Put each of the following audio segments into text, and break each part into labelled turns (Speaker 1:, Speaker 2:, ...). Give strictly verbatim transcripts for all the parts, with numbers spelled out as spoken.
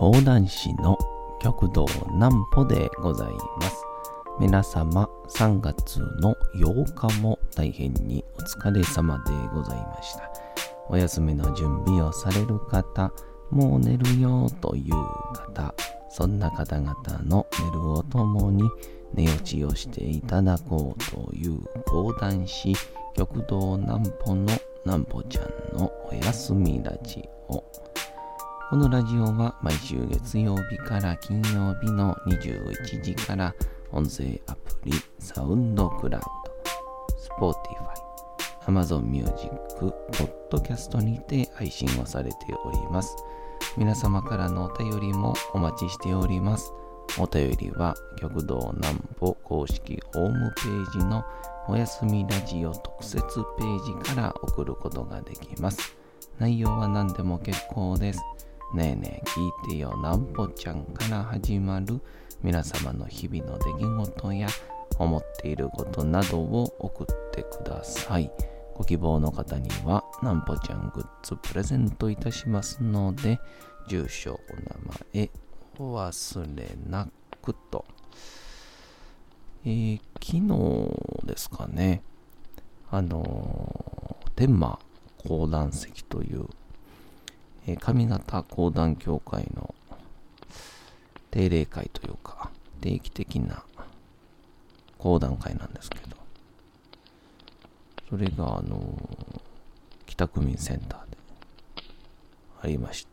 Speaker 1: 講談師の極道南歩でございます。皆様さんがつのようかも大変にお疲れ様でございました。お休みの準備をされる方、もう寝るよという方、そんな方々の寝るをともに寝落ちをしていただこうという講談師極道南歩の南歩ちゃんのおやすみラジオ。このラジオは毎週月曜日から金曜日のにじゅういちじから音声アプリサウンドクラウド、Spotify、Amazon Music、Podcast にて配信をされております。皆様からのお便りもお待ちしております。お便りは極道南歩公式ホームページのおやすみラジオ特設ページから送ることができます。内容は何でも結構です。ねえねえ聞いてよ南歩ちゃんから始まる皆様の日々の出来事や思っていることなどを送ってください。ご希望の方には南歩ちゃんグッズプレゼントいたしますので、住所お名前お忘れなくと。えー、昨日ですかね、あのー、天満講談席という、えー、上方講談協会の定例会というか定期的な講談会なんですけど、それがあのー、北区民センターでありまして、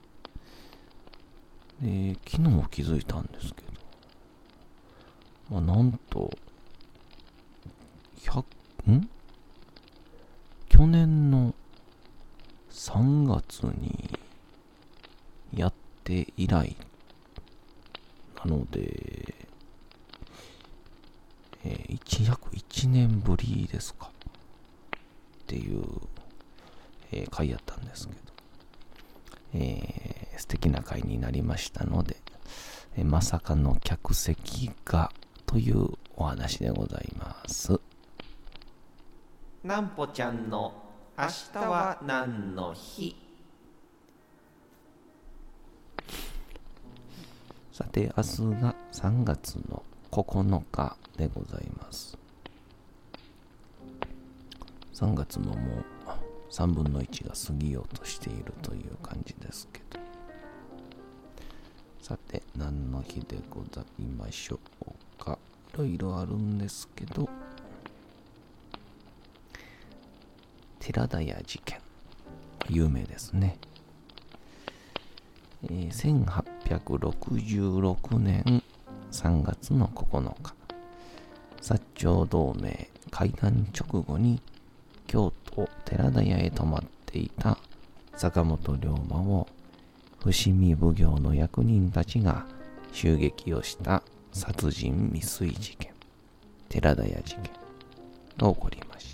Speaker 1: で昨日も気づいたんですけど、まあ、なんとひゃくん去年のさんがつにやって以来なので、えー、約いちねんぶりですかっていう、えー、回やったんですけど、えー、素敵な回になりましたので、えー、まさかの客席がというお話でございます。
Speaker 2: 南歩ちゃんの明日は何の日。
Speaker 1: さて明日がさんがつのここのかでございます。さんがつももうさんぶんのいちが過ぎようとしているという感じですけど、さて何の日でございましょうか。いろいろあるんですけど、寺田屋事件有名ですね。えー、せんはっぴゃくろくじゅうろくねんさんがつのここのか、薩長同盟会談直後に京都寺田屋へ泊まっていた坂本龍馬を伏見奉行の役人たちが襲撃をした殺人未遂事件、寺田屋事件が起こりました。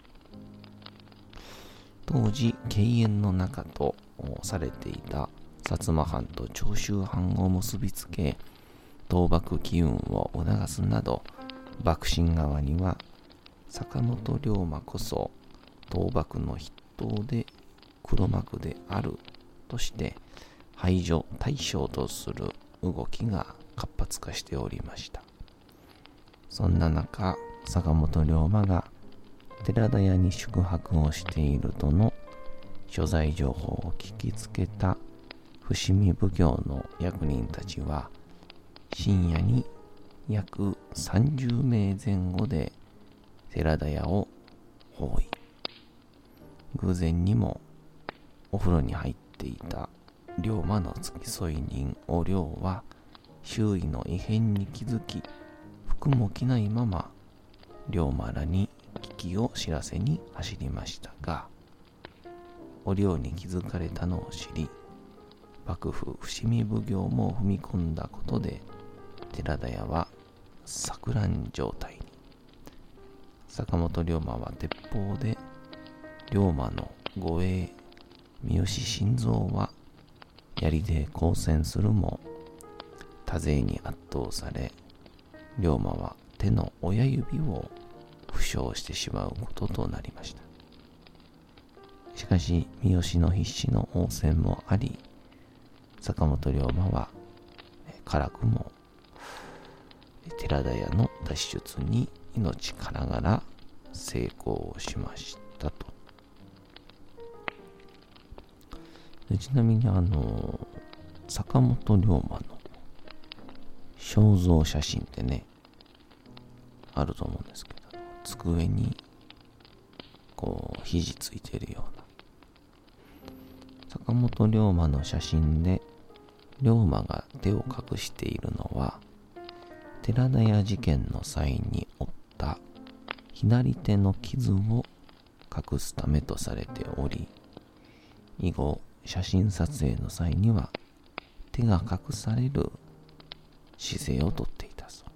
Speaker 1: 当時敬遠の中とされていた薩摩藩と長州藩を結びつけ、倒幕機運を促すなど、幕臣側には坂本龍馬こそ倒幕の筆頭で黒幕であるとして排除対象とする動きが活発化しておりました。そんな中、坂本龍馬が寺田屋に宿泊をしているとの所在情報を聞きつけた伏見奉行の役人たちは、深夜に約さんじゅうめいぜん後で寺田屋を包囲。偶然にもお風呂に入っていた龍馬の付き添い人お龍は周囲の異変に気づき、服も着ないまま龍馬らに危機を知らせに走りましたが、お龍に気づかれたのを知り、幕府伏見奉行も踏み込んだことで寺田屋は錯乱状態に。坂本龍馬は鉄砲で龍馬の護衛三好新蔵は槍で抗戦するも多勢に圧倒され、龍馬は手の親指を負傷してしまうこととなりました。しかし三好の必死の応戦もあり、 坂本龍馬は辛くも寺田屋の脱出に命からがら成功しましたと。でちなみにあの坂本龍馬の肖像写真ってねあると思うんですけど、机にこう肘ついてるような坂本龍馬の写真で、龍馬が手を隠しているのは寺田屋事件の際に負った左手の傷を隠すためとされており、以後写真撮影の際には手が隠される姿勢をとっていたそう。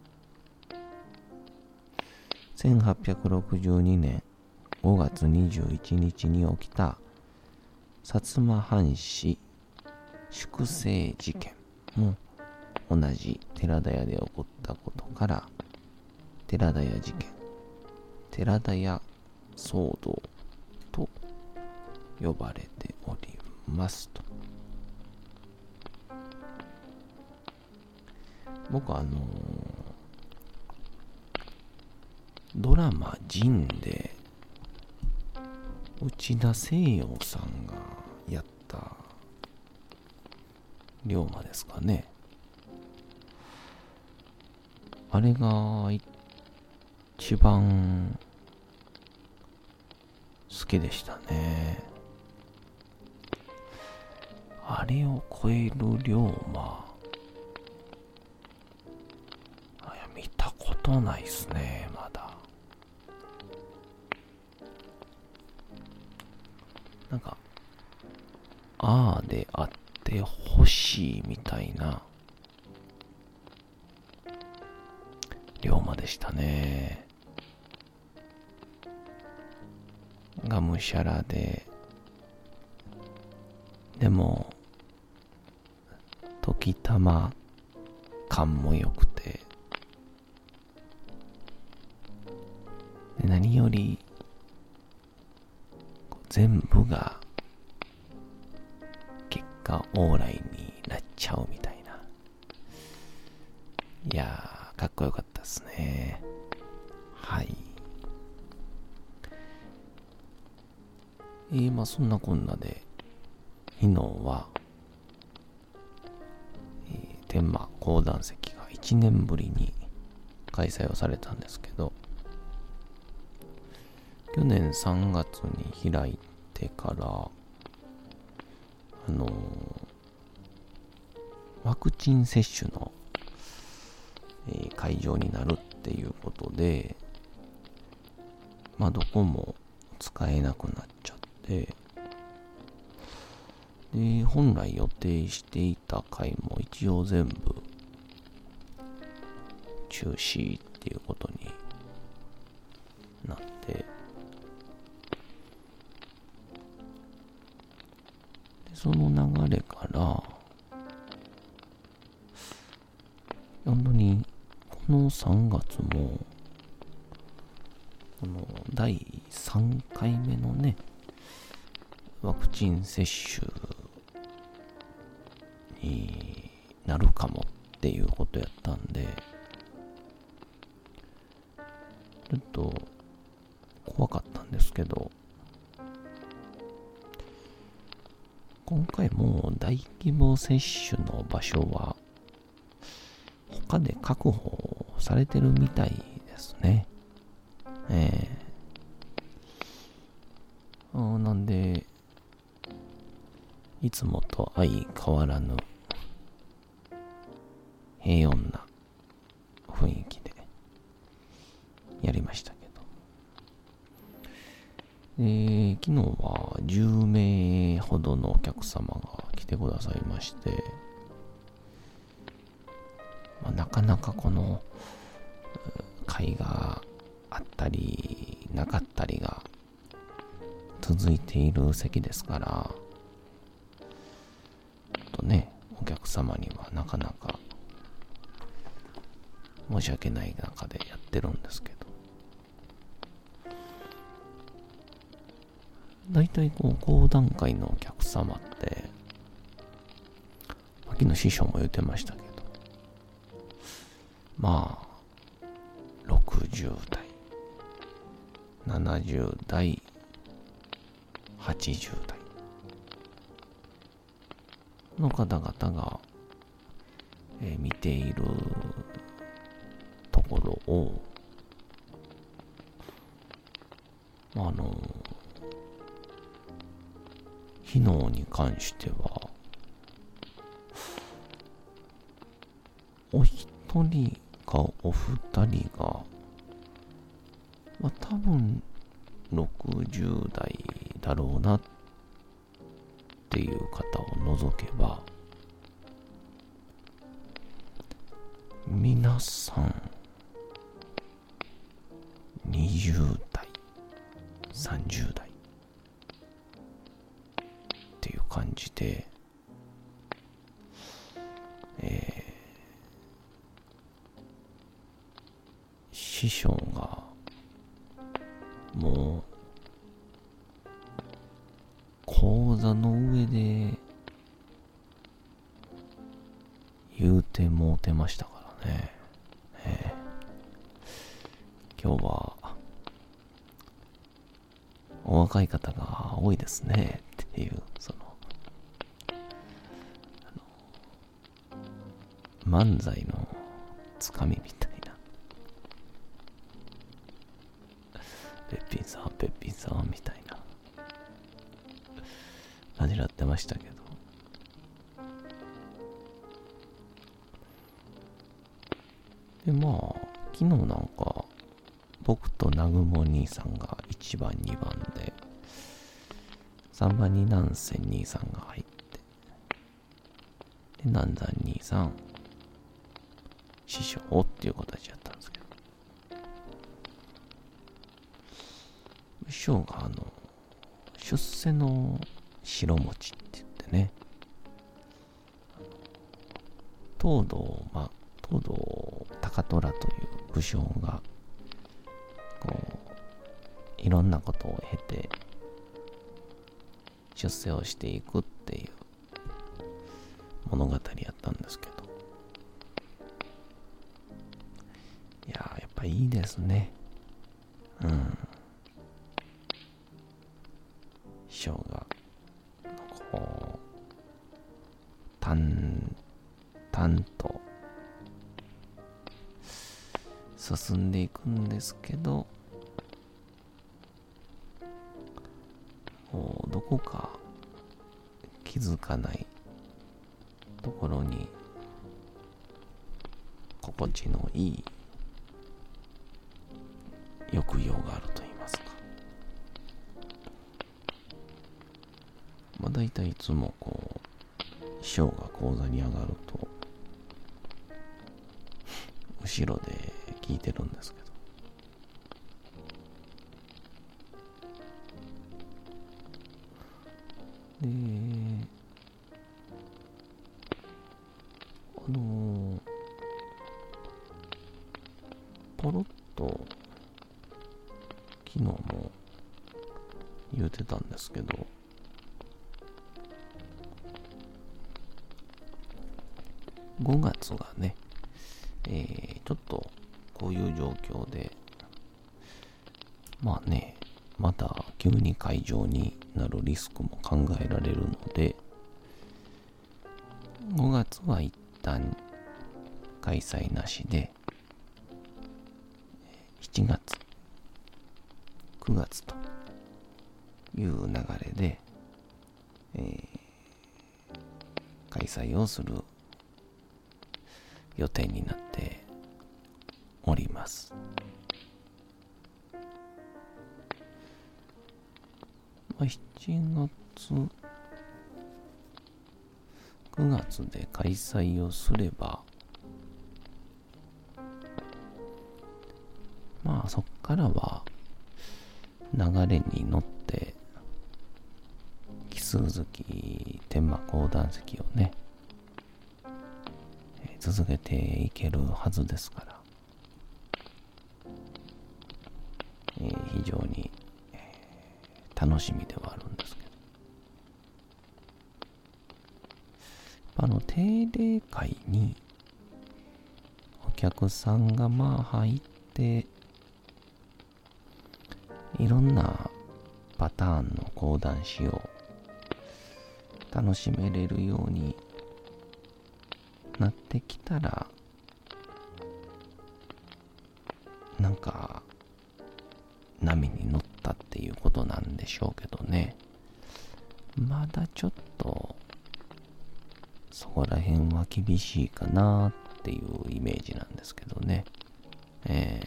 Speaker 1: せんはっぴゃくろくじゅうにねんごがつにじゅういちにちに起きた薩摩藩士粛清事件も同じ寺田屋で起こったことから寺田屋事件、寺田屋騒動と呼ばれておりますと。僕はあのー、ドラマ陣で内田聖陽さんがやった龍馬ですかね。あれが一番好きでしたね。あれを超える龍馬、あ、いや見たことないっすね、まだ。なんかああであってほしいみたいな龍馬でしたね。がむしゃらで、でも時たま感も良くて、で何より全部が結果オーライになっちゃうみたいな。いやーかっこよかったですね。はい。えー、まあそんなこんなで昨日は、えー、天満講談席がいちねんぶりに開催をされたんですけど、去年さんがつに開いてからあのー、ワクチン接種の、えー、会場になるっていうことで、まあどこも使えなくなっちゃって、で本来予定していた会も一応全部中止っていうことになって、でその流れから本当にこのさんがつもこのだいさんかいめのねワクチン接種になるかもっていうことやったんで、ちょっと怖かったんですけど、今回も大規模接種の場所は他で確保されてるみたいですね。ええー、なんでいつもと相変わらぬ平穏な雰囲気でやりましたけど、えー、昨日はじゅうめいほどのお客様が来てくださいまして、まあ、なかなかこの会があったりなかったりが続いている席ですから、とね、お客様にはなかなか申し訳ない中でやってるんですけど、だいたいこう講談会のお客様ってきの師匠も言ってましたけど、まあろくじゅう代、ななじゅう代、はちじゅう代の方々が、えー見ているところを、あの機能に関してはお一人かお二人が、まあ、多分ろくじゅう代だろうなっていう方を除けば、皆さんにじゅう代、さんじゅう代っていう感じで、えー、師匠がもう講座の上で言うてもうてましたからね。えー、今日はお若い方が多いですねっていう、そのあの漫才のつかみみたいな、べっぴんさんべっぴんさんみたいな感じになってましたけど、でまあ昨日なんか僕と南雲兄さんがいちばんにばんで、さんばんに南仙兄さんが入って、で南山兄さん師匠っていう形やったんですけど、師匠があの出世の白餅って言ってね、東堂、まあ、東堂高虎という武将がこういろんなことを経て出世をしていくっていう物語やったんですけど、いやーやっぱいいですね。うん師匠がこう淡々と進んでいくんですけど、こうどこか気づかないところに心地のいい抑揚があると言いますか、まあ大体いつもこう師匠が講座に上がると後ろで聞いてるんですけど、であのー、ポロッと昨日も言うてたんですけど、ごがつがね、えー、ちょっとこういう状況で、まあね、また急に会場になるリスクも考えられるので、ごがつは一旦開催なしで、しちがつ、くがつという流れで、えー、開催をする予定になっております。まあ、しちがつ、くがつで開催をすれば、まあそっからは流れに乗って奇数月天満講談石をね、えー、続けていけるはずですから、えー、非常に、えー、楽しみではあるんですけど、やっあの定例会にお客さんがまあ入っていろんなパターンの講談師を楽しめれるようになってきたら、なんか波に乗ったっていうことなんでしょうけどね。まだちょっとそこら辺は厳しいかなっていうイメージなんですけどね。え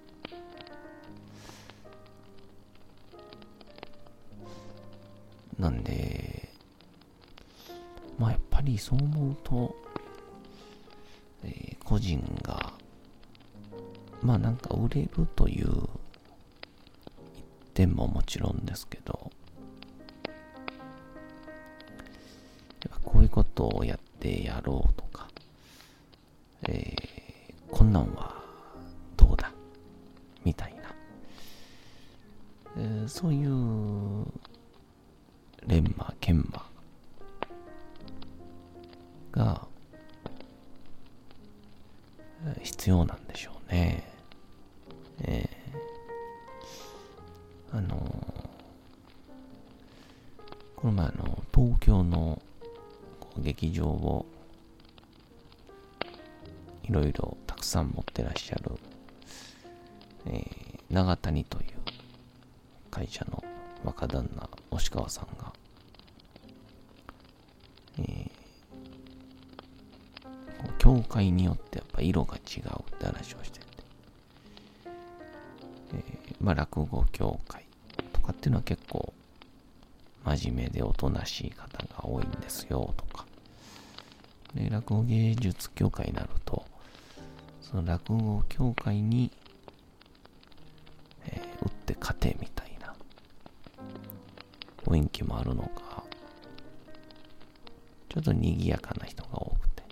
Speaker 1: ー、なんでまあやっぱりそう思うと、えー、個人がまあなんか売れるという一点ももちろんですけど、こういうことをやってやろうとか、えー、こんなんはどうだみたいな、えー、そういうレンマ研磨が必要なんでしょうね。えー、あのー、この前の東京の劇場をいろいろたくさん持ってらっしゃる、えー、長谷という会社の若旦那押川さんが、えー、教会によってやっぱ色が違うって話をしてて、えー、まあ落語協会とかっていうのは結構真面目でおとなしい方が多いんですよとか、で落語芸術協会になるとその落語協会に、えー、打って勝てみたいな雰囲気もあるのか、ちょっと賑やかな人が多くて、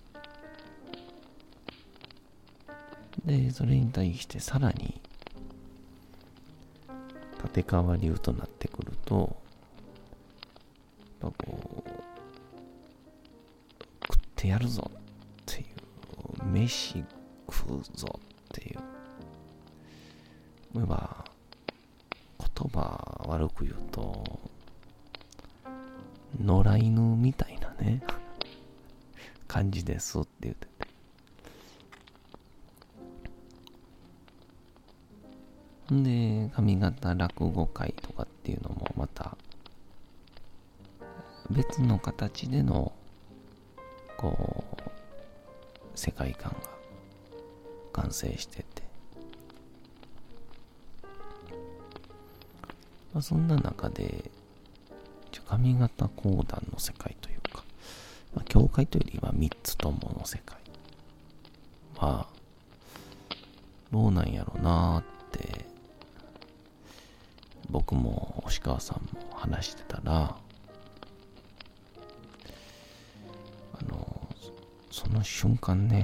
Speaker 1: でそれに対してさらに立川流となってくると、やっぱこう食ってやるぞっていう、飯食うぞっていう、まあ言葉悪く言うと野良犬みたいなね感じですって言ってて、んで上方落語会とかっていうのもまた別の形でのこう世界観が完成してて、まあ、そんな中で上方講談の世界というか、まあ、教会というよりは三つともの世界はどうなんやろうなーって僕も押川さんも話してたら、あのその瞬間ね、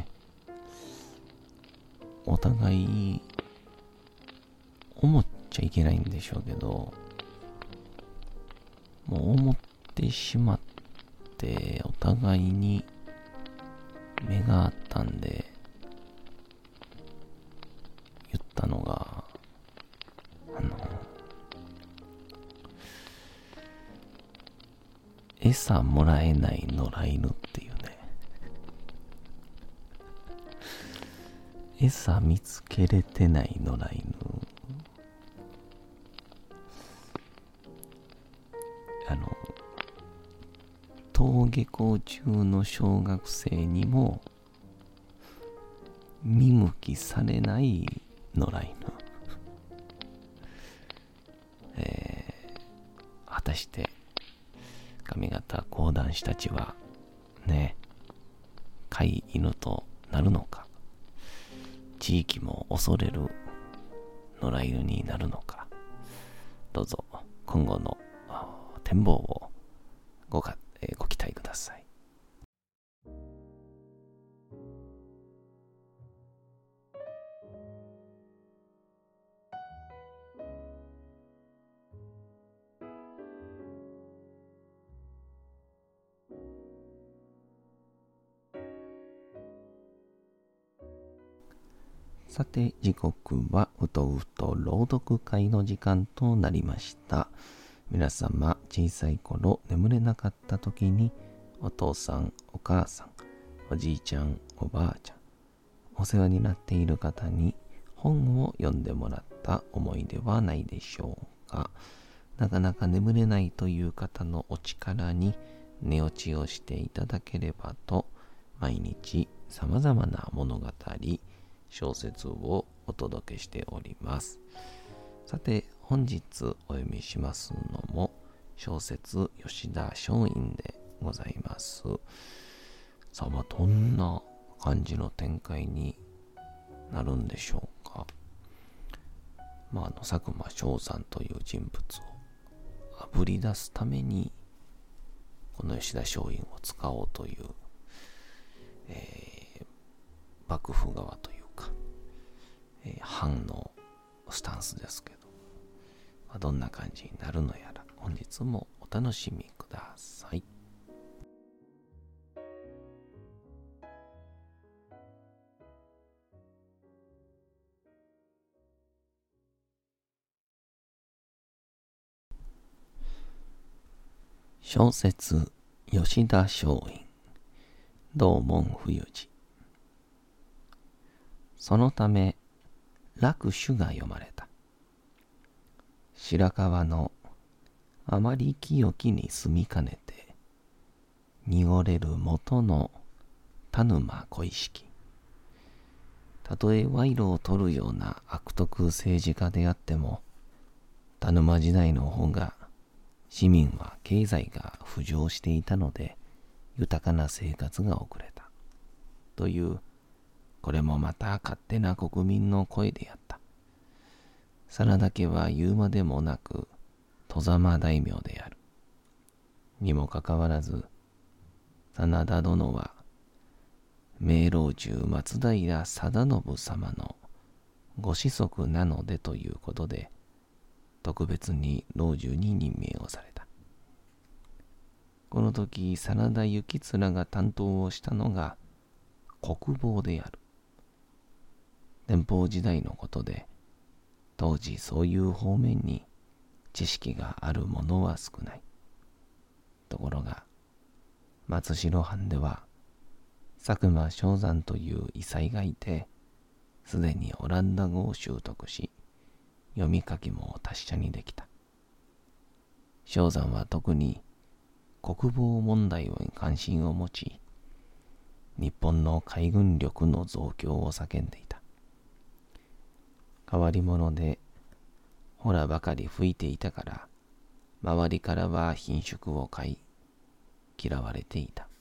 Speaker 1: お互い思っちゃいけないんでしょうけど、もう思ってしまってお互いに目があったんで言ったのが、あの餌もらえない野良犬っていうね、餌見つけれてない野良犬、あの登下校中の小学生にも見向きされない野良犬、えー、果たして上方講談師たちはね、飼い犬となるのか、地域も恐れる野良犬になるのか、どうぞ今後の展望をごか、えー、ご期待ください。 さて時刻はうとうと朗読会の時間となりました。皆様小さい頃眠れなかった時にお父さんお母さんおじいちゃんおばあちゃんお世話になっている方に本を読んでもらった思い出はないでしょうか。なかなか眠れないという方のお力に寝落ちをしていただければと毎日さまざまな物語小説をお届けしております。さて本日お読みしますのも小説吉田松陰でございます。さあ、まあ、どんな感じの展開になるんでしょうか。まあ、あの佐久間翔さんという人物をあぶり出すためにこの吉田松陰を使おうという、えー、幕府側というか、えー、藩のスタンスですけど、まあ、どんな感じになるのやら本日もお楽しみください。小説吉田松陰道門冬治。そのため落首が読まれた。白川のあまり清きに住みかねて濁れる元の田沼小石。たとえ賄賂を取るような悪徳政治家であっても田沼時代の方が市民は経済が浮上していたので豊かな生活が送れたという、これもまた勝手な国民の声であった。真田家は言うまでもなく外様大名である。にもかかわらず真田殿は明老中松平定信様のご子息なのでということで特別に老中に任命をされた。この時真田幸貫が担当をしたのが国防である。天保時代のことで当時そういう方面に知識がある者は少ない。ところが松代藩では佐久間象山という異才がいてすでにオランダ語を習得し読み書きも達者にできた。象山は特に国防問題に関心を持ち日本の海軍力の増強を叫んでいた。変わり者でほらばかり吹いていたから周りからは顰蹙を買い嫌われていた。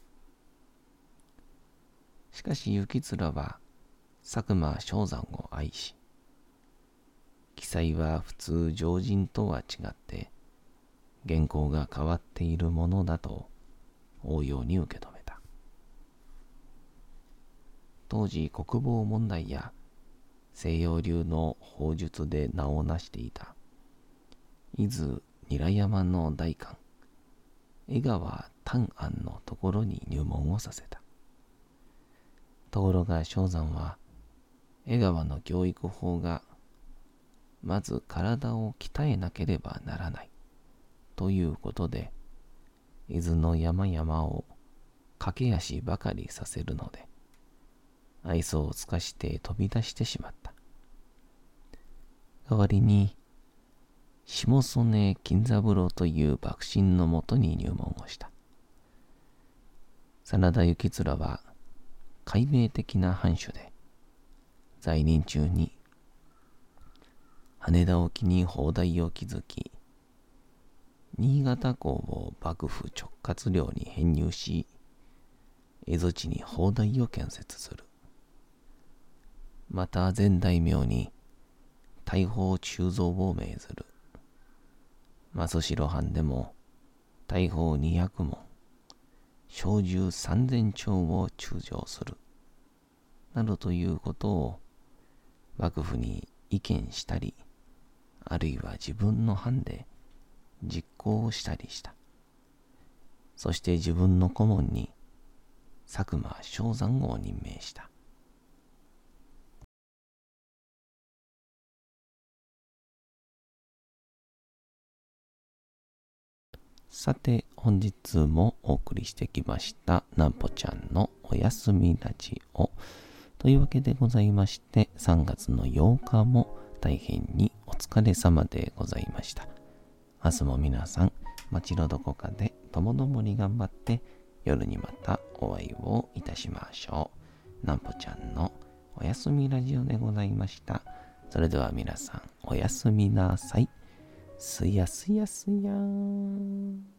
Speaker 1: しかし行綱は佐久間象山を愛し記載は普通常人とは違って原稿が変わっているものだと応用に受け止めた。当時国防問題や西洋流の砲術で名を成していた伊豆韮山の代官江川丹庵のところに入門をさせた。ところが象山は江川の教育法がまず体を鍛えなければならないということで伊豆の山々を駆け足ばかりさせるので愛想を尽かして飛び出してしまった。代わりに下曽根金三郎という幕臣のもとに入門をした。真田幸貫は開明的な藩主で在任中に羽田沖に砲台を築き新潟港を幕府直轄領に編入し蝦夷地に砲台を建設する。また前大名に大砲鋳造を命ずる。松代藩でも大砲にひゃくもん小銃さんぜんちょうを鋳造するなどということを幕府に意見したりあるいは自分の藩で実行したりした。そして自分の顧問に佐久間象山を任命した。 さて、本日もお送りしてきましたなんぽちゃんのおやすみラジオというわけでございまして、さんがつのようかも大変にお疲れ様でございました。明日も皆さん街のどこかでともどもに頑張って夜にまたお会いをいたしましょう。なんぽちゃんのおやすみラジオでございました。それでは皆さんおやすみなさい。すやすやすやーん。